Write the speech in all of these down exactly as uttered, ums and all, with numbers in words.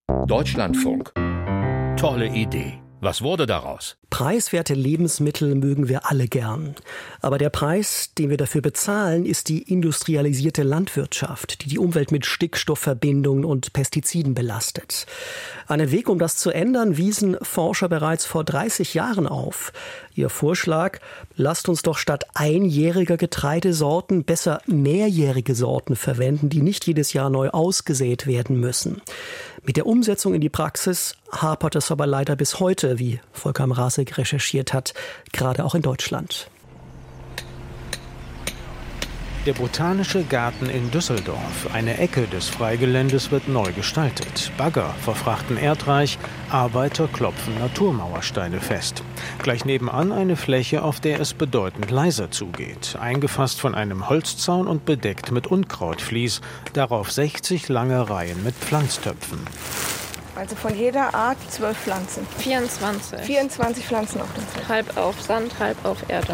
Deutschlandfunk. Tolle Idee. Was wurde daraus? Preiswerte Lebensmittel mögen wir alle gern. Aber der Preis, den wir dafür bezahlen, ist die industrialisierte Landwirtschaft, die die Umwelt mit Stickstoffverbindungen und Pestiziden belastet. Einen Weg, um das zu ändern, wiesen Forscher bereits vor dreißig Jahren auf. Ihr Vorschlag: Lasst uns doch statt einjähriger Getreidesorten besser mehrjährige Sorten verwenden, die nicht jedes Jahr neu ausgesät werden müssen. Mit der Umsetzung in die Praxis hapert es aber leider bis heute, wie Volker Mrazek recherchiert hat, gerade auch in Deutschland. Der Botanische Garten in Düsseldorf. Eine Ecke des Freigeländes wird neu gestaltet. Bagger verfrachten Erdreich, Arbeiter klopfen Naturmauersteine fest. Gleich nebenan eine Fläche, auf der es bedeutend leiser zugeht. Eingefasst von einem Holzzaun und bedeckt mit Unkrautvlies. Darauf sechzig lange Reihen mit Pflanztöpfen. Also von jeder Art zwölf Pflanzen. vierundzwanzig. vierundzwanzig Pflanzen auf dem Feld. Halb auf Sand, halb auf Erde.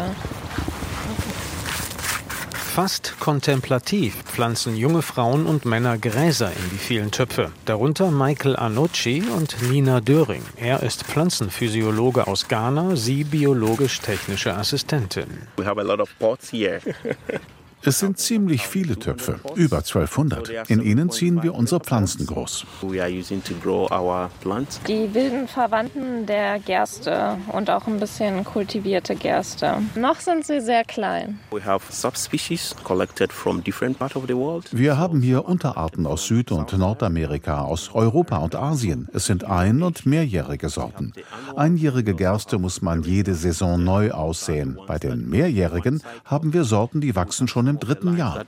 Fast kontemplativ pflanzen junge Frauen und Männer Gräser in die vielen Töpfe. Darunter Michael Anocci und Nina Döring. Er ist Pflanzenphysiologe aus Ghana, sie biologisch-technische Assistentin. We have a lot of pots here. Es sind ziemlich viele Töpfe, über zwölfhundert. In ihnen ziehen wir unsere Pflanzen groß. Die wilden Verwandten der Gerste und auch ein bisschen kultivierte Gerste. Noch sind sie sehr klein. Wir haben hier Unterarten aus Süd- und Nordamerika, aus Europa und Asien. Es sind ein- und mehrjährige Sorten. Einjährige Gerste muss man jede Saison neu aussäen. Bei den mehrjährigen haben wir Sorten, die wachsen schon im dritten Jahr.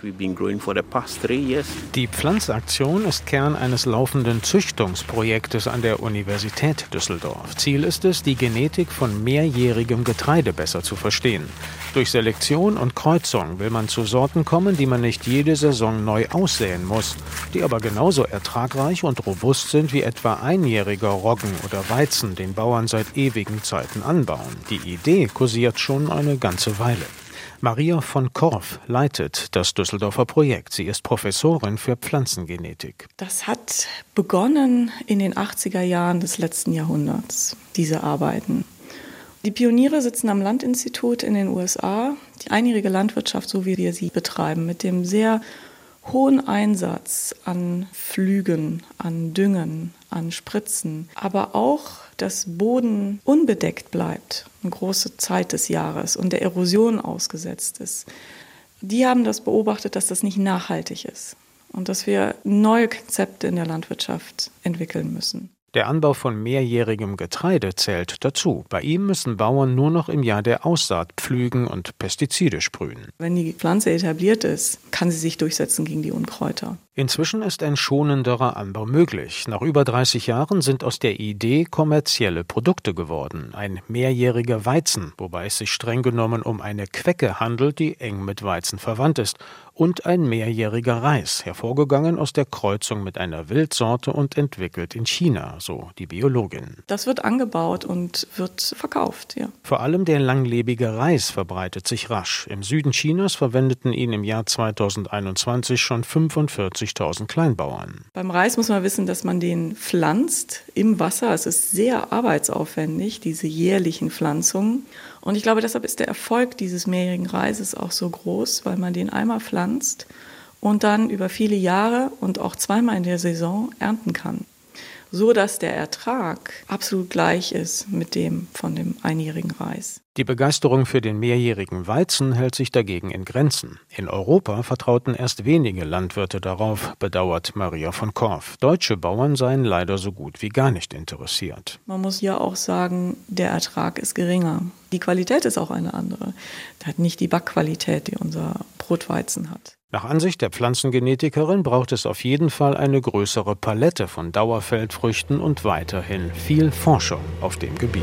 Die Pflanzaktion ist Kern eines laufenden Züchtungsprojektes an der Universität Düsseldorf. Ziel ist es, die Genetik von mehrjährigem Getreide besser zu verstehen. Durch Selektion und Kreuzung will man zu Sorten kommen, die man nicht jede Saison neu aussäen muss, die aber genauso ertragreich und robust sind wie etwa einjähriger Roggen oder Weizen, den Bauern seit ewigen Zeiten anbauen. Die Idee kursiert schon eine ganze Weile. Maria von Korff leitet das Düsseldorfer Projekt. Sie ist Professorin für Pflanzengenetik. Das hat begonnen in den achtziger Jahren des letzten Jahrhunderts, diese Arbeiten. Die Pioniere sitzen am Landinstitut in den U S A. Die einjährige Landwirtschaft, so wie wir sie betreiben, mit dem sehr hohen Einsatz an Pflügen, an Düngen, an Spritzen, aber auch, dass Boden unbedeckt bleibt, eine große Zeit des Jahres und der Erosion ausgesetzt ist. Die haben das beobachtet, dass das nicht nachhaltig ist und dass wir neue Konzepte in der Landwirtschaft entwickeln müssen. Der Anbau von mehrjährigem Getreide zählt dazu. Bei ihm müssen Bauern nur noch im Jahr der Aussaat pflügen und Pestizide sprühen. Wenn die Pflanze etabliert ist, kann sie sich durchsetzen gegen die Unkräuter. Inzwischen ist ein schonenderer Anbau möglich. Nach über dreißig Jahren sind aus der Idee kommerzielle Produkte geworden. Ein mehrjähriger Weizen, wobei es sich streng genommen um eine Quecke handelt, die eng mit Weizen verwandt ist. Und ein mehrjähriger Reis, hervorgegangen aus der Kreuzung mit einer Wildsorte und entwickelt in China, so die Biologin. Das wird angebaut und wird verkauft, ja. Vor allem der langlebige Reis verbreitet sich rasch. Im Süden Chinas verwendeten ihn im Jahr zweitausendeinundzwanzig schon fünfundvierzigtausend Kleinbauern. Beim Reis muss man wissen, dass man den pflanzt im Wasser. Es ist sehr arbeitsaufwendig, diese jährlichen Pflanzungen. Und ich glaube, deshalb ist der Erfolg dieses mehrjährigen Reises auch so groß, weil man den einmal pflanzt und dann über viele Jahre und auch zweimal in der Saison ernten kann, so dass der Ertrag absolut gleich ist mit dem von dem einjährigen Reis. Die Begeisterung für den mehrjährigen Weizen hält sich dagegen in Grenzen. In Europa vertrauten erst wenige Landwirte darauf, bedauert Maria von Korff. Deutsche Bauern seien leider so gut wie gar nicht interessiert. Man muss ja auch sagen, der Ertrag ist geringer. Die Qualität ist auch eine andere. Der hat nicht die Backqualität, die unser Brotweizen hat. Nach Ansicht der Pflanzengenetikerin braucht es auf jeden Fall eine größere Palette von Dauerfeldfrüchten und weiterhin viel Forschung auf dem Gebiet.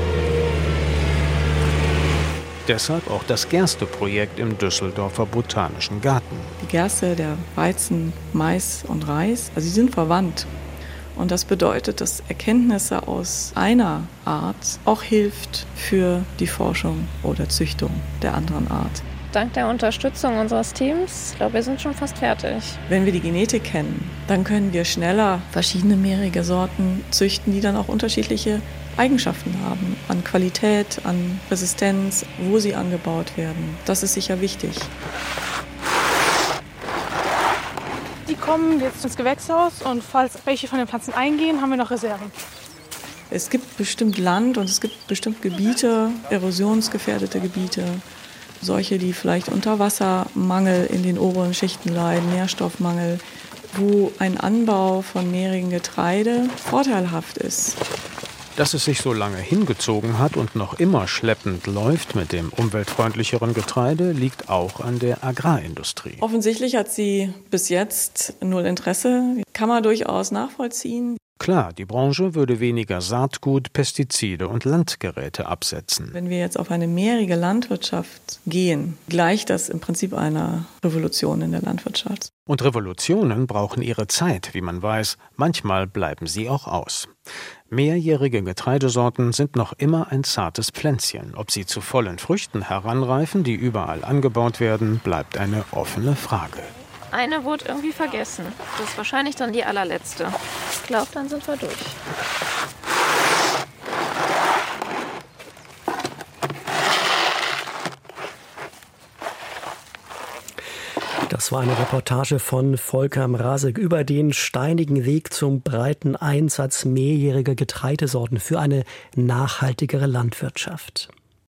Deshalb auch das Gerste-Projekt im Düsseldorfer Botanischen Garten. Die Gerste, der Weizen, Mais und Reis, also sie sind verwandt. Und das bedeutet, dass Erkenntnisse aus einer Art auch hilft für die Forschung oder Züchtung der anderen Art. dank der Unterstützung unseres Teams, ich glaube, wir sind schon fast fertig. Wenn wir die Genetik kennen, dann können wir schneller verschiedene mehrjährige Sorten züchten, die dann auch unterschiedliche Eigenschaften haben. An Qualität, an Resistenz, wo sie angebaut werden. Das ist sicher wichtig. Die kommen jetzt ins Gewächshaus und falls welche von den Pflanzen eingehen, haben wir noch Reserven. Es gibt bestimmt Land und es gibt bestimmt Gebiete, erosionsgefährdete Gebiete, solche, die vielleicht unter Wassermangel in den oberen Schichten leiden, Nährstoffmangel, wo ein Anbau von mehrjährigem Getreide vorteilhaft ist. Dass es sich so lange hingezogen hat und noch immer schleppend läuft mit dem umweltfreundlicheren Getreide, liegt auch an der Agrarindustrie. Offensichtlich hat sie bis jetzt null Interesse. Kann man durchaus nachvollziehen. Klar, die Branche würde weniger Saatgut, Pestizide und Landgeräte absetzen. Wenn wir jetzt auf eine mehrjährige Landwirtschaft gehen, gleicht das im Prinzip einer Revolution in der Landwirtschaft. Und Revolutionen brauchen ihre Zeit, wie man weiß. Manchmal bleiben sie auch aus. Mehrjährige Getreidesorten sind noch immer ein zartes Pflänzchen. Ob sie zu vollen Früchten heranreifen, die überall angebaut werden, bleibt eine offene Frage. Eine wurde irgendwie vergessen. Das ist wahrscheinlich dann die allerletzte. Ich glaube, dann sind wir durch. Das war eine Reportage von Volker Mrazek über den steinigen Weg zum breiten Einsatz mehrjähriger Getreidesorten für eine nachhaltigere Landwirtschaft.